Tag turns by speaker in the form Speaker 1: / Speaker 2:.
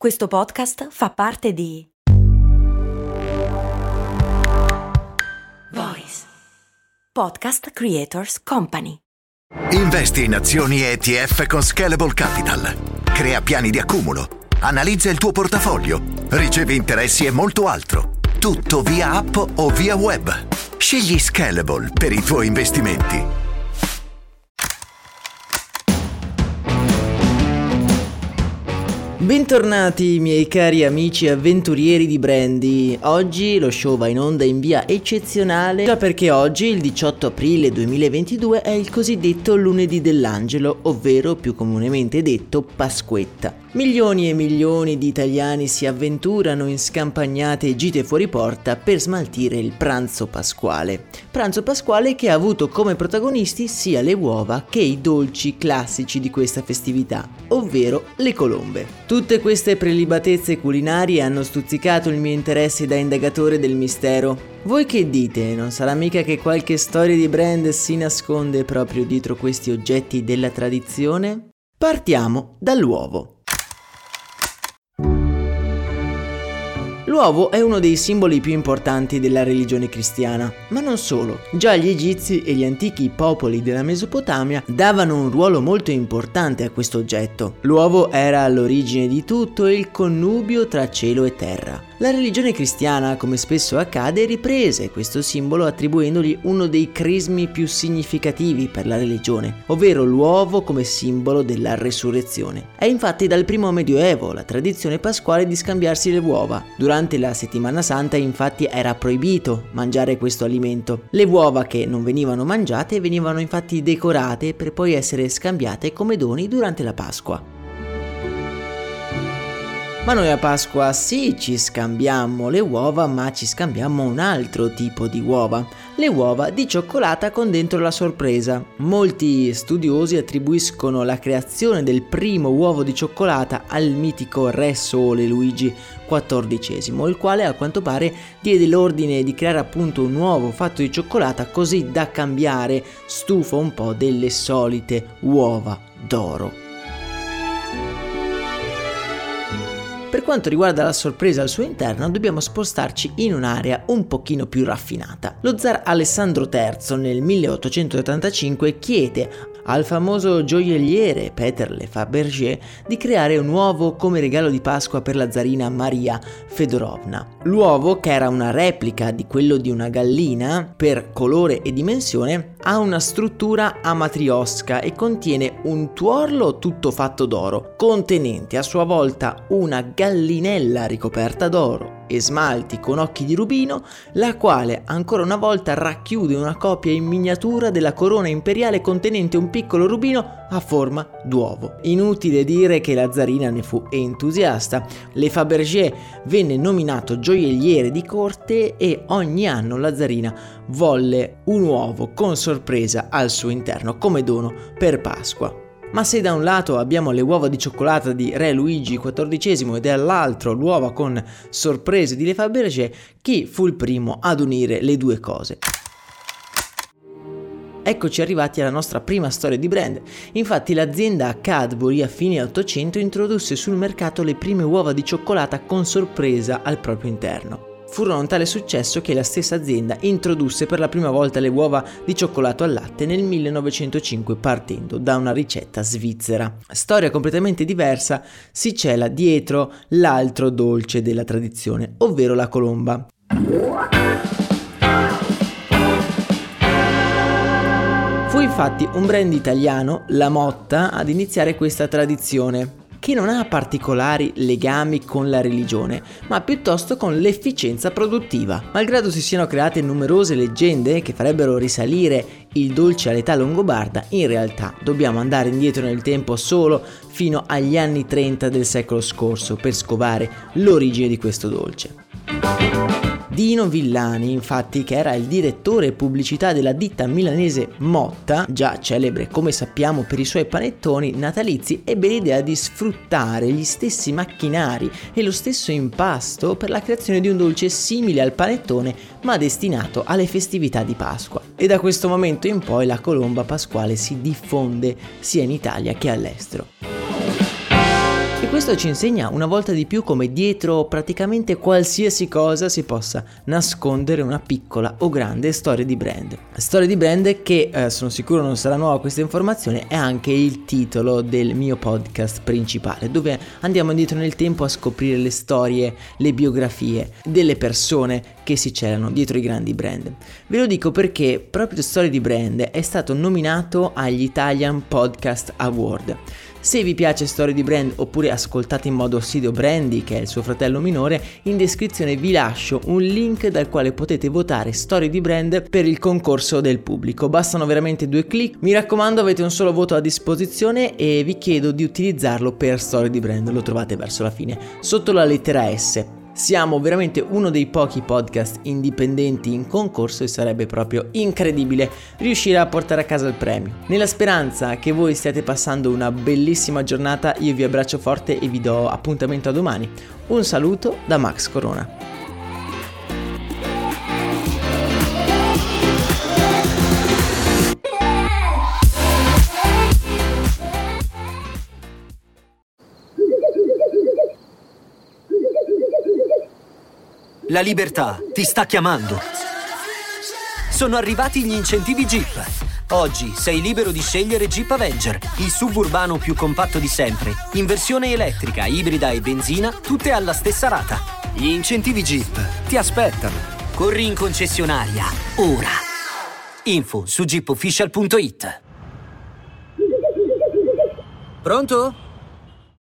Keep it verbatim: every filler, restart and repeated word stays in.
Speaker 1: Questo podcast fa parte di Voice Podcast Creators Company.
Speaker 2: Investi in azioni e E T F con Scalable Capital. Crea piani di accumulo. Analizza il tuo portafoglio. Ricevi interessi e molto altro. Tutto via app o via web. Scegli Scalable per i tuoi investimenti.
Speaker 3: Bentornati miei cari amici avventurieri di Brandy. Oggi lo show va in onda in via eccezionale, già perché oggi, il diciotto aprile duemilaventidue, è il cosiddetto lunedì dell'angelo, ovvero più comunemente detto Pasquetta. Milioni e milioni di italiani si avventurano in scampagnate e gite fuori porta per smaltire il pranzo pasquale. Pranzo pasquale che ha avuto come protagonisti sia le uova che i dolci classici di questa festività, ovvero le colombe. Tutte queste prelibatezze culinarie hanno stuzzicato il mio interesse da indagatore del mistero. Voi che dite? Non sarà mica che qualche storia di brand si nasconde proprio dietro questi oggetti della tradizione? Partiamo dall'uovo. L'uovo è uno dei simboli più importanti della religione cristiana, ma non solo. Già gli egizi e gli antichi popoli della Mesopotamia davano un ruolo molto importante a questo oggetto. L'uovo era all'origine di tutto e il connubio tra cielo e terra. La religione cristiana, come spesso accade, riprese questo simbolo attribuendogli uno dei crismi più significativi per la religione, ovvero l'uovo come simbolo della resurrezione. È infatti dal primo medioevo la tradizione pasquale di scambiarsi le uova. Durante la settimana santa infatti era proibito mangiare questo alimento. Le uova che non venivano mangiate venivano infatti decorate per poi essere scambiate come doni durante la Pasqua. Ma noi a Pasqua sì ci scambiamo le uova, ma ci scambiamo un altro tipo di uova, le uova di cioccolata con dentro la sorpresa. Molti studiosi attribuiscono la creazione del primo uovo di cioccolata al mitico re sole Luigi quattordicesimo, il quale a quanto pare diede l'ordine di creare appunto un uovo fatto di cioccolata così da cambiare, stufo un po' delle solite uova d'oro. Per quanto riguarda la sorpresa al suo interno, dobbiamo spostarci in un'area un pochino più raffinata. Lo zar Alessandro terzo nel milleottocentottantacinque chiede al famoso gioielliere Peter Le Fabergé di creare un uovo come regalo di Pasqua per la zarina Maria Fedorovna. L'uovo, che era una replica di quello di una gallina per colore e dimensione, ha una struttura a matriosca e contiene un tuorlo tutto fatto d'oro, contenente a sua volta una gallinella ricoperta d'oro e smalti con occhi di rubino, la quale ancora una volta racchiude una copia in miniatura della corona imperiale contenente un piccolo rubino a forma d'uovo. Inutile dire che la zarina ne fu entusiasta. Le Fabergé venne nominato gioielliere di corte e ogni anno la zarina volle un uovo con sorpresa al suo interno come dono per Pasqua. Ma se da un lato abbiamo le uova di cioccolata di re Luigi quattordicesimo e dall'altro l'uova con sorprese di Le Fabergé, chi fu il primo ad unire le due cose? Eccoci arrivati alla nostra prima storia di brand. Infatti l'azienda Cadbury a fine Ottocento introdusse sul mercato le prime uova di cioccolata con sorpresa al proprio interno. Furono un tale successo che la stessa azienda introdusse per la prima volta le uova di cioccolato al latte nel millenovecentocinque partendo da una ricetta svizzera. Storia completamente diversa si cela dietro l'altro dolce della tradizione, ovvero la colomba. Fu infatti un brand italiano, la Motta, ad iniziare questa tradizione, che non ha particolari legami con la religione, ma piuttosto con l'efficienza produttiva. Malgrado si siano create numerose leggende che farebbero risalire il dolce all'età longobarda, in realtà dobbiamo andare indietro nel tempo solo fino agli anni trenta del secolo scorso per scovare l'origine di questo dolce. Dino Villani, infatti, che era il direttore pubblicità della ditta milanese Motta, già celebre come sappiamo per i suoi panettoni natalizi, ebbe l'idea di sfruttare gli stessi macchinari e lo stesso impasto per la creazione di un dolce simile al panettone ma destinato alle festività di Pasqua. E da questo momento in poi la colomba pasquale si diffonde sia in Italia che all'estero. questo ci insegna una volta di più come dietro praticamente qualsiasi cosa si possa nascondere una piccola o grande storia di brand. Storia di brand che, eh, sono sicuro non sarà nuova questa informazione, è anche il titolo del mio podcast principale, dove andiamo indietro nel tempo a scoprire le storie, le biografie delle persone che si celano dietro i grandi brand. Ve lo dico perché proprio Storia di Brand è stato nominato agli Italian Podcast Award. Se vi piace Storie di Brand oppure ascoltate in modo assiduo Brandy, che è il suo fratello minore, in descrizione vi lascio un link dal quale potete votare Storie di Brand per il concorso del pubblico. Bastano veramente due clic. Mi raccomando, avete un solo voto a disposizione e vi chiedo di utilizzarlo per Storie di Brand. Lo trovate verso la fine, sotto la lettera S. Siamo veramente uno dei pochi podcast indipendenti in concorso e sarebbe proprio incredibile riuscire a portare a casa il premio. Nella speranza che voi stiate passando una bellissima giornata, io vi abbraccio forte e vi do appuntamento a domani. Un saluto da Max Corona.
Speaker 4: La libertà ti sta chiamando. Sono arrivati gli incentivi Jeep. Oggi sei libero di scegliere Jeep Avenger, il suburbano più compatto di sempre, in versione elettrica, ibrida e benzina, tutte alla stessa rata. Gli incentivi Jeep ti aspettano. Corri in concessionaria, ora. Info su jeep official punto it. Pronto?